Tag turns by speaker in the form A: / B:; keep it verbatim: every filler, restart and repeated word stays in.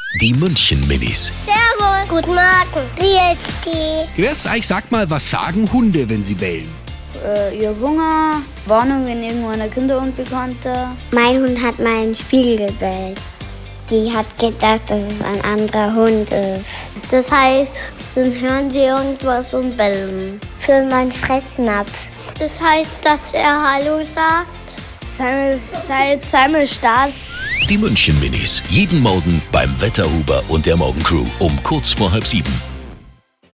A: Die München-Minis.
B: Servus. Guten Morgen. Grüß
C: Grüß euch, sag mal, was sagen Hunde, wenn sie bellen?
D: Äh, ihr Hunger, Warnung, wenn irgendwo ein Kinderunbekannter.
B: Mein Hund hat mal in den Spiegel gebellt. Die hat gedacht, dass es ein anderer Hund ist. Das heißt, dann hören sie irgendwas und bellen. Für meinen Fressnapf. Das heißt, dass er Hallo sagt.
D: Seine, sei, sei Start.
A: Die München-Minis. Jeden Morgen beim Wetterhuber und der Morgencrew um kurz vor halb sieben.